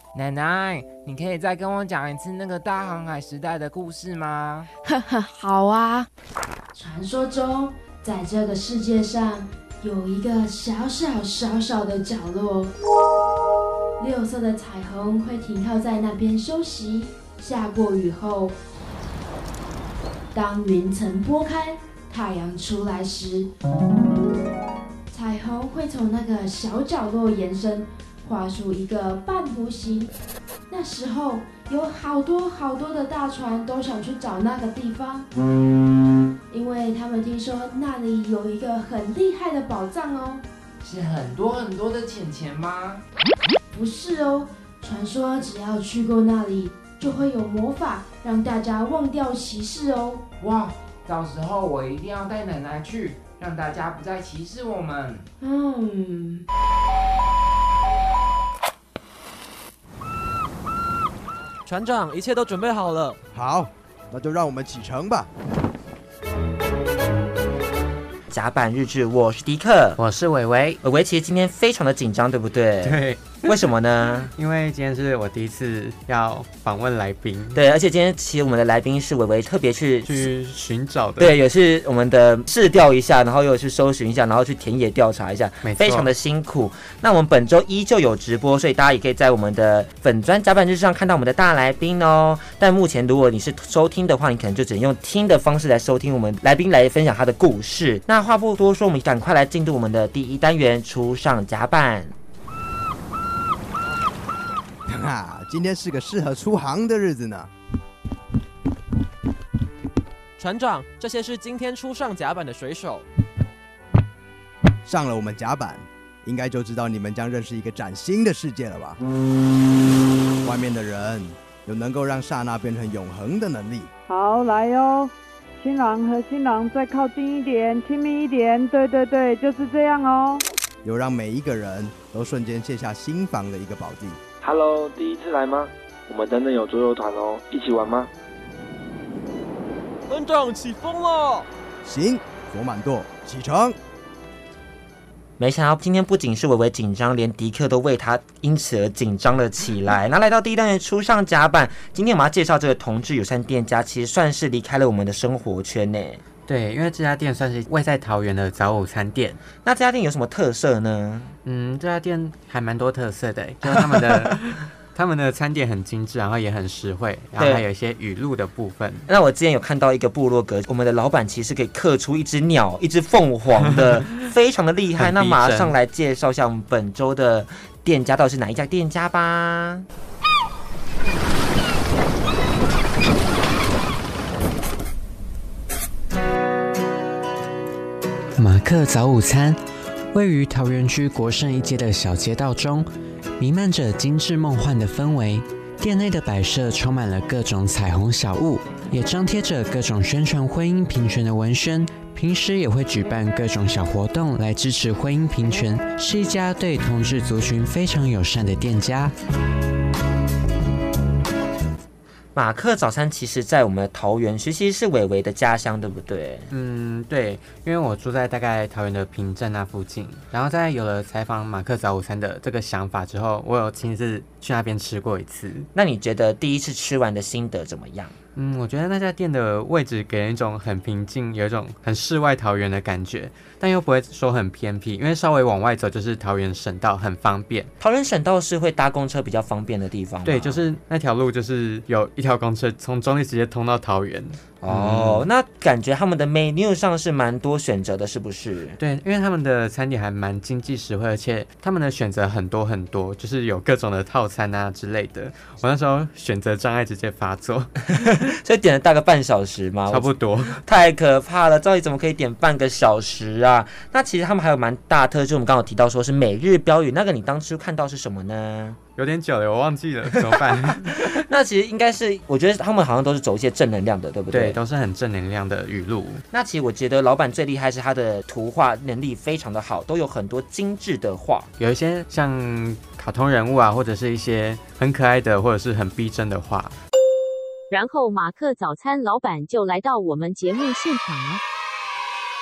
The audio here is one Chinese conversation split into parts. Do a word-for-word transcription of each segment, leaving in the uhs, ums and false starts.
奶奶，你可以再跟我讲一次那个大航海时代的故事吗？ 呵呵，好啊。 传说中，在这个世界上有一个小小小小的角落，六色的彩虹会停靠在那边休息。下过雨后，当云层拨开，太阳出来时，彩虹会从那个小角落延伸，画出一个半弧形。那时候有好多好多的大船都想去找那个地方，因为他们听说那里有一个很厉害的宝藏哦。 是很多很多的钱钱吗？ 不是哦，传说只要去过那里，就会有魔法让大家忘掉歧视哦。 哇，到时候我一定要带奶奶去，让大家不再歧视我们。 嗯。 船长，一切都准备好了。 好，那就让我们启程吧。 甲板日志，我是迪克， 我是伟伟。 伟伟其实今天非常的紧张，对不对？ 对。 为什么呢？ 因为今天是我第一次要访问来宾。 对，而且今天其实我们的来宾是伟伟特别去去寻找的。 对，也是我们的试调一下，然后又去搜寻一下，然后去田野调查一下，非常的辛苦。那我们本周依旧有直播，所以大家也可以在我们的粉专甲板日志上看到我们的大来宾哦。但目前如果你是收听的话，你可能就只能用听的方式来收听我们来宾来分享他的故事。那话不多说，我们赶快来进入我们的第一单元，初上甲板。 啊，今天是个适合出航的日子呢。 船长，这些是今天初上甲板的水手。 上了我们甲板，应该就知道你们将认识一个崭新的世界了吧？外面的人有能够让刹那变成永恒的能力。 好，来哟，新郎和新郎再靠近一点，亲密一点。对对对，就是这样哦。 有让每一个人都瞬间卸下心防的一个宝地。 Hello， 第一次来吗？我们等等有桌游团哦，一起玩吗？ 船长，起风了！ 行，左满舵，启程。 没想到今天不仅是伟伟紧张，连迪克都为他因此而紧张了起来。那来到第一单元初上甲板，今天我们要介绍这个同志友善店家，其实算是离开了我们的生活圈呢。 对，因为这家店算是位在桃园的早午餐店。 那这家店有什么特色呢？ 嗯，这家店还蛮多特色的，就是他们的他们的餐点很精致，然后也很实惠，然后还有一些语录的部分。 那我之前有看到一个部落格，我们的老板其实可以刻出一只鸟，一只凤凰的，非常的厉害。那马上来介绍一下我们本周的店家到底是哪一家店家吧。 马克早午餐位于桃园区国盛一街的小街道中，弥漫着精致梦幻的氛围。店内的摆设充满了各种彩虹小物，也张贴着各种宣传婚姻平权的文宣。平时也会举办各种小活动来支持婚姻平权，是一家对同志族群非常友善的店家。 马克早餐其实在我们的桃园区，其实是伟伟的家乡，对不对？ 嗯，对，因为我住在大概桃园的平镇那附近，然后在有了采访马克早午餐的这个想法之后，我有亲自去那边吃过一次。 那你觉得第一次吃完的心得怎么样？ 嗯，我觉得那家店的位置给人一种很平静，有一种很世外桃源的感觉，但又不会说很偏僻，因为稍微往外走就是桃园省道，很方便。 桃园省道是会搭公车比较方便的地方吗？ 对，就是那条路就是有一条公车从中立直接通到桃园。 哦、嗯，那感觉他们的 menu 上是蛮多选择的，是不是？ 对，因为他们的餐点还蛮经济实惠，而且他们的选择很多很多，就是有各种的套餐啊之类的。我那时候选择障碍直接发作， 所以点了大概半小时吗？ 差不多。 太可怕了，到底怎么可以点半个小时啊？那其实他们还有蛮大特色，我们刚刚有提到说是每日标语，那个你当初看到是什么呢？ 有点久了，我忘记了，怎么办？ 那其实应该是，我觉得他们好像都是走一些正能量的，对不对？ 对，都是很正能量的语录。 那其实我觉得老板最厉害是他的图画能力非常的好，都有很多精致的画， 有一些像卡通人物啊，或者是一些很可爱的，或者是很逼真的画。 然后马克早餐老板就来到我们节目现场了。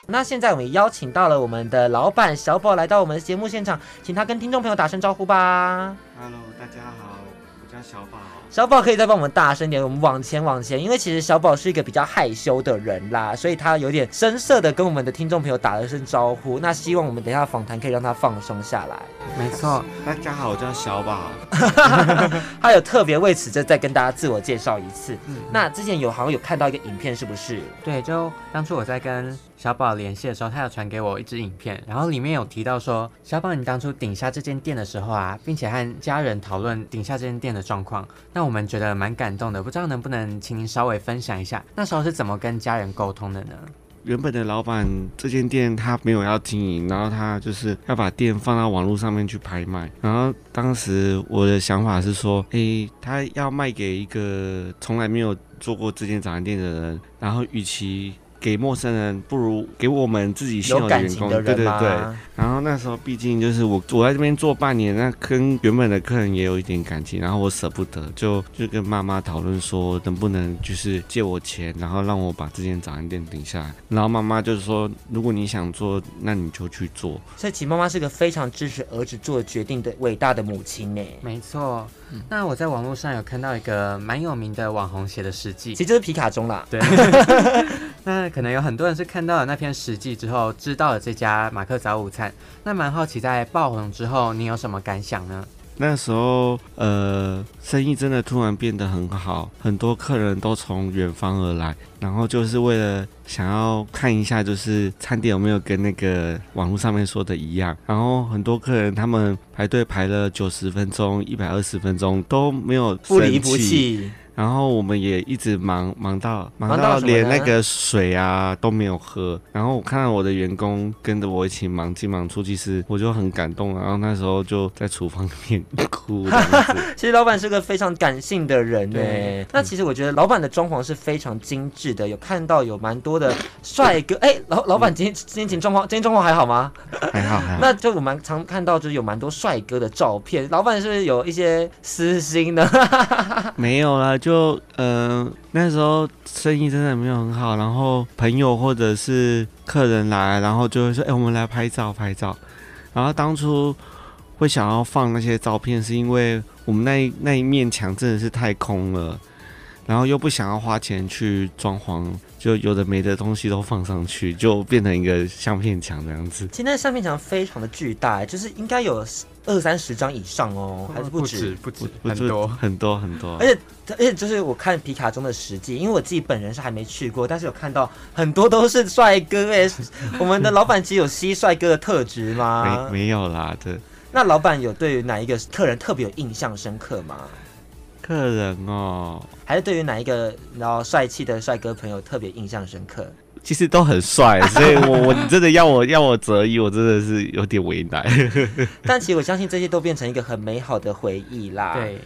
那现在我们也邀请到了我们的老板小宝来到我们的节目现场，请他跟听众朋友打声招呼吧。 Hello， 大家好，我叫小宝。 小宝可以再帮我们大声点，我们往前往前，因为其实小宝是一个比较害羞的人啦，所以他有点生涩的跟我们的听众朋友打了声招呼。那希望我们等一下访谈可以让他放松下来。 没错，大家好，我叫小宝。 他有特别为此再再跟大家自我介绍一次。嗯、那之前有好像有看到一个影片，是不是？ 对，就当初我在跟小宝联系的时候，他有传给我一支影片，然后里面有提到说，小宝你当初顶下这间店的时候啊，并且和家人讨论顶下这间店的状况，那我们觉得蛮感动的，不知道能不能请您稍微分享一下，那时候是怎么跟家人沟通的呢？ 原本的老板这间店他没有要经营，然后他就是要把店放到网络上面去拍卖，然后当时我的想法是说，诶，他要卖给一个从来没有做过这间早餐店的人，然后与其给陌生人，不如给我们自己现有的员工，对对对。然后那时候毕竟就是我我在这边做半年，那跟原本的客人也有一点感情，然后我舍不得，就就跟妈妈讨论说，能不能就是借我钱，然后让我把这间早餐店顶下来。然后妈妈就是说，如果你想做，那你就去做。 所以其妈妈是个非常支持儿子做决定的伟大的母亲呢。 没错。嗯、那我在网络上有看到一个蛮有名的网红写的实记， 其实就是皮卡中啦。 对。那可能有很多人是看到了那篇实记之后，知道了这家马克早午餐。那蛮好奇，在爆红之后，你有什么感想呢？ 那时候，呃，生意真的突然变得很好，很多客人都从远方而来，然后就是为了想要看一下，就是餐点有没有跟那个网络上面说的一样。然后很多客人他们排队排了九十分钟、一百二十分钟都没有不离不弃。 然后我们也一直忙忙到忙到连那个水啊都没有喝。然后我看到我的员工跟着我一起忙进忙出，其实我就很感动。然后那时候就在厨房里面哭。 其实老板是个非常感性的人哎。那其实我觉得老板的装潢是非常精致的，有看到有蛮多的帅哥。哎，老老板今天今天状况今天状况还好吗？ 还好还好。 那就我蛮常看到就是有蛮多帅哥的照片，老板是不是有一些私心呢？ 没有啦。就呃那时候生意真的没有很好，然后朋友或者是客人来，然后就会说，哎、欸，我们来拍照拍照。然后当初会想要放那些照片，是因为我们那一那一面墙真的是太空了，然后又不想要花钱去装潢，就有的没的东西都放上去，就变成一个相片墙这样子。 现在相片墙非常的巨大，就是应该有二三十张以上哦，还是不止？ 不止，不止，很多很多很多。 而且而且就是我看皮卡中的实际，因为我自己本人是还没去过，但是有看到很多都是帅哥哎。我们的老板其实有吸帅哥的特质吗？ 没没有啦，对。 那老板有对于哪一个客人特别有印象深刻吗？ 客人哦， 还是对于哪一个然后帅气的帅哥朋友特别印象深刻？ 其实都很帅，所以我我真的要我要我择一，我真的是有点为难。 但其实我相信这些都变成一个很美好的回忆啦。 对，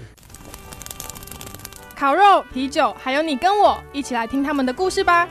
烤肉、啤酒，还有你跟我一起来听他们的故事吧。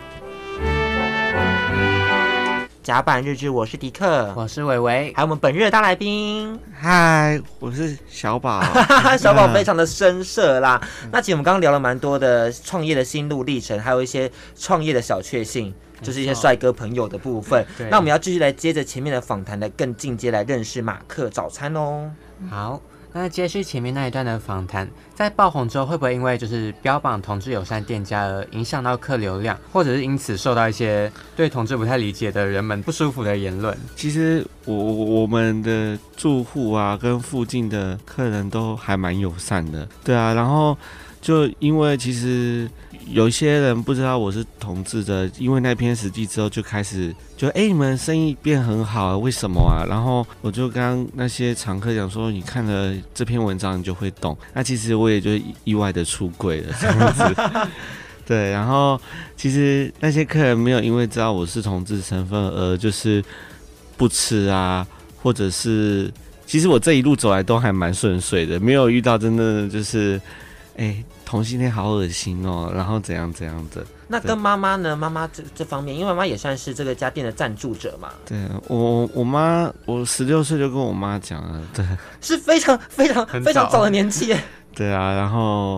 甲板日志，我是迪克， 我是伟伟， 还有我们本日的大来宾， 嗨，我是小宝。 小宝非常的生涩啦。那其实我们刚刚聊了蛮多的创业的心路历程，还有一些创业的小确幸，就是一些帅哥朋友的部分。那我们要继续来接着前面的访谈的更进阶来认识马克早餐哦。 好。那接续前面那一段的访谈，在爆红之后，会不会因为就是标榜同志友善店家而影响到客流量，或者是因此受到一些对同志不太理解的人们不舒服的言论？ 其实我我们的住户啊，跟附近的客人都还蛮友善的，对啊。然后就因为其实有些人不知道我是同志的，因为那篇实际之后就开始就哎、欸，你们生意变很好啊，为什么啊？然后我就跟那些常客讲说，你看了这篇文章你就会懂。那其实我也就意外的出柜了这样子。对，然后其实那些客人没有因为知道我是同志身份而就是不吃啊，或者是其实我这一路走来都还蛮顺遂的，没有遇到真的就是哎、欸、同性恋好恶心哦，然后怎样怎样的。 那跟妈妈呢？妈妈这这方面，因为妈妈也算是这个家店的赞助者嘛。 对，我我妈，我十六岁就跟我妈讲了，对， 是非常非常非常早的年纪耶。 对啊，然后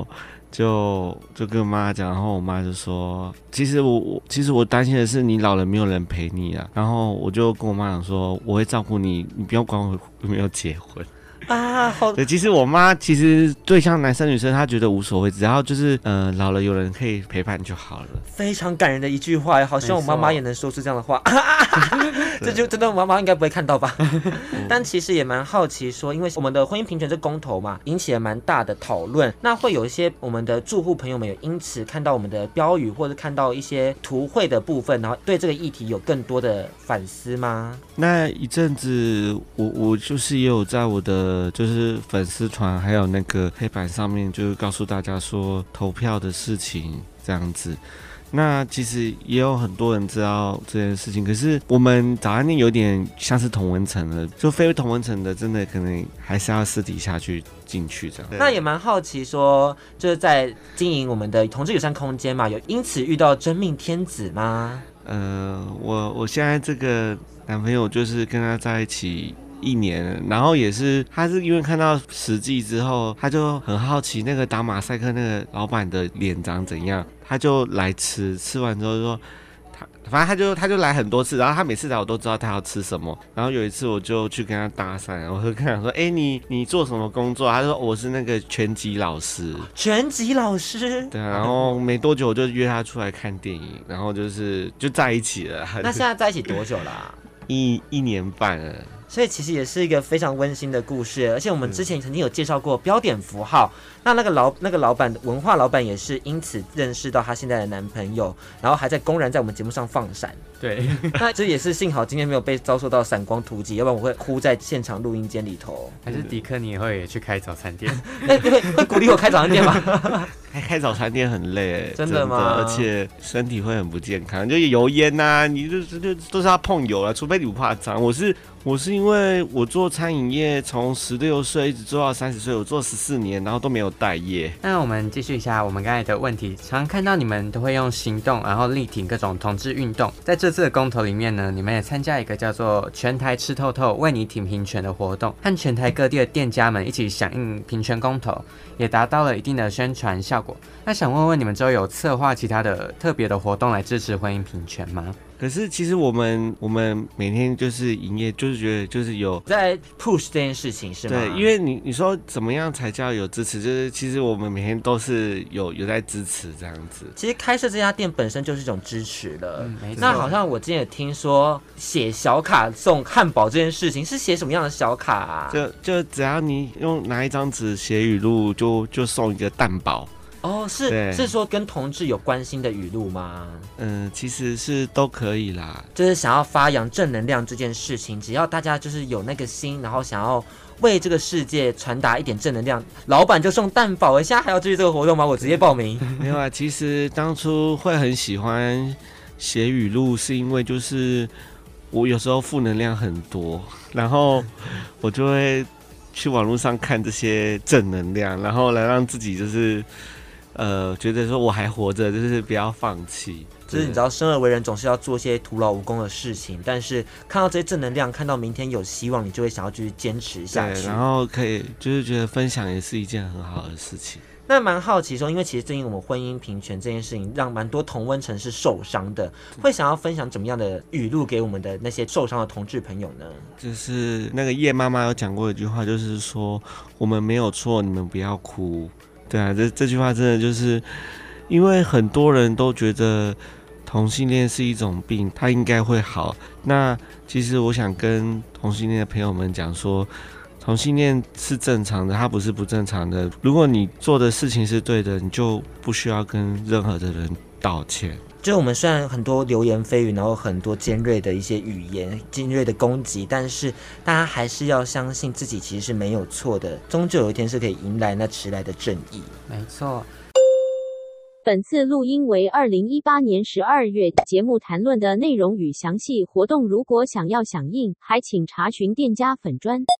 就就跟妈讲，然后我妈就说，其实我我其实我担心的是你老了没有人陪你啊，然后我就跟我妈讲说，我会照顾你，你不用管我有没有结婚。 啊，好。 对，其实我妈其实对象男生女生，她觉得无所谓，只要就是呃老了有人可以陪伴就好了。 非常感人的一句话，好像我妈妈也能说出这样的话。这就真的我妈妈应该不会看到吧？但其实也蛮好奇说，因为我们的婚姻平权这公投嘛，引起了蛮大的讨论。那会有一些我们的住户朋友们有因此看到我们的标语，或者看到一些图绘的部分，然后对这个议题有更多的反思吗？ 那一阵子，我我就是也有在我的就是粉丝团还有那个黑板上面，就是告诉大家说投票的事情这样子。那其实也有很多人知道这件事情，可是我们早安店有点像是同温层的，就非同温层的，真的可能还是要私底下去进去这样。 那也蛮好奇说，就是在经营我们的同志友善空间嘛，有因此遇到真命天子吗？ 呃，我我现在这个男朋友就是跟他在一起一年，然后也是他是因为看到实际之后，他就很好奇那个打马赛克那个老板的脸长怎样，他就来吃，吃完之后就说他反正他就他就来很多次，然后他每次来我都知道他要吃什么，然后有一次我就去跟他搭讪，我就跟他说，哎、欸，你你做什么工作？他说我是那个拳击老师。 拳击老师？ 对啊，然后没多久我就约他出来看电影，然后就是就在一起了。 那现在在一起多久啦、啊？ 一一年半了。 所以其实也是一个非常温馨的故事，而且我们之前曾经有介绍过标点符号，那那个老那个老板文化老板也是因此认识到她现在的男朋友，然后还在公然在我们节目上放闪。 对， 那这也是幸好今天没有被遭受到闪光突击，要不然我会哭在现场录音间里头。 还是迪克你以后也去开早餐店？ 会会鼓励我开早餐店吗？ 开开早餐店很累、欸， 真的吗？ 而且身体会很不健康，就油烟呐、啊，你就就都是要碰油了，除非你不怕脏。我是我是因为我做餐饮业，从十六岁一直做到三十岁，我做十四年，然后都没有待业。 那我们继续一下我们刚才的问题，常看到你们都会用行动，然后力挺各种同志运动。在这次的公投里面呢，你们也参加一个叫做全台吃透透为你挺平权的活动，和全台各地的店家们一起响应平权公投，也达到了一定的宣传效果。那想问问你们之后有策划其他的特别的活动来支持婚姻平权吗？ 可是其实我们我们每天就是营业，就是觉得就是有在 push 这件事情是吗？ 对，因为你你说怎么样才叫有支持，就是其实我们每天都是有有在支持这样子。 其实开设这家店本身就是一种支持了。 嗯、没错。 那好像我之前有听说写小卡送汉堡这件事情，是写什么样的小卡啊？ 就就只要你用拿一张纸写语录，就就送一个蛋堡。 哦，是是说跟同志有关心的语录吗？ 嗯，其实是都可以啦， 就是想要发扬正能量这件事情，只要大家就是有那个心，然后想要为这个世界传达一点正能量，老板就送蛋堡。现在还要继续这个活动吗？我直接报名。 没有啊，其实当初会很喜欢写语录，是因为就是我有时候负能量很多，然后我就会去网络上看这些正能量，然后来让自己就是呃觉得说我还活着，就是不要放弃。 就是你知道，生而为人总是要做一些徒劳无功的事情，但是看到这些正能量，看到明天有希望，你就会想要继续坚持下去。 对，然后可以就是觉得分享也是一件很好的事情。 那蛮好奇说，因为其实最近我们婚姻平权这件事情，让蛮多同温层是受伤的，会想要分享怎么样的语录给我们的那些受伤的同志朋友呢？ 就是那个叶妈妈有讲过一句话，就是说我们没有错，你们不要哭。对啊，这这句话真的就是因为很多人都觉得同性恋是一种病，它应该会好。那其实我想跟同性恋的朋友们讲说，同性恋是正常的，它不是不正常的。如果你做的事情是对的，你就不需要跟任何的人道歉。 就我们虽然很多流言蜚语，然后很多尖锐的一些语言、尖锐的攻击，但是大家还是要相信自己其实是没有错的，终究有一天是可以迎来那迟来的正义。 没错。 本次录音为二零一八年十二月，节目谈论的内容与详细活动，如果想要响应，还请查询店家粉专。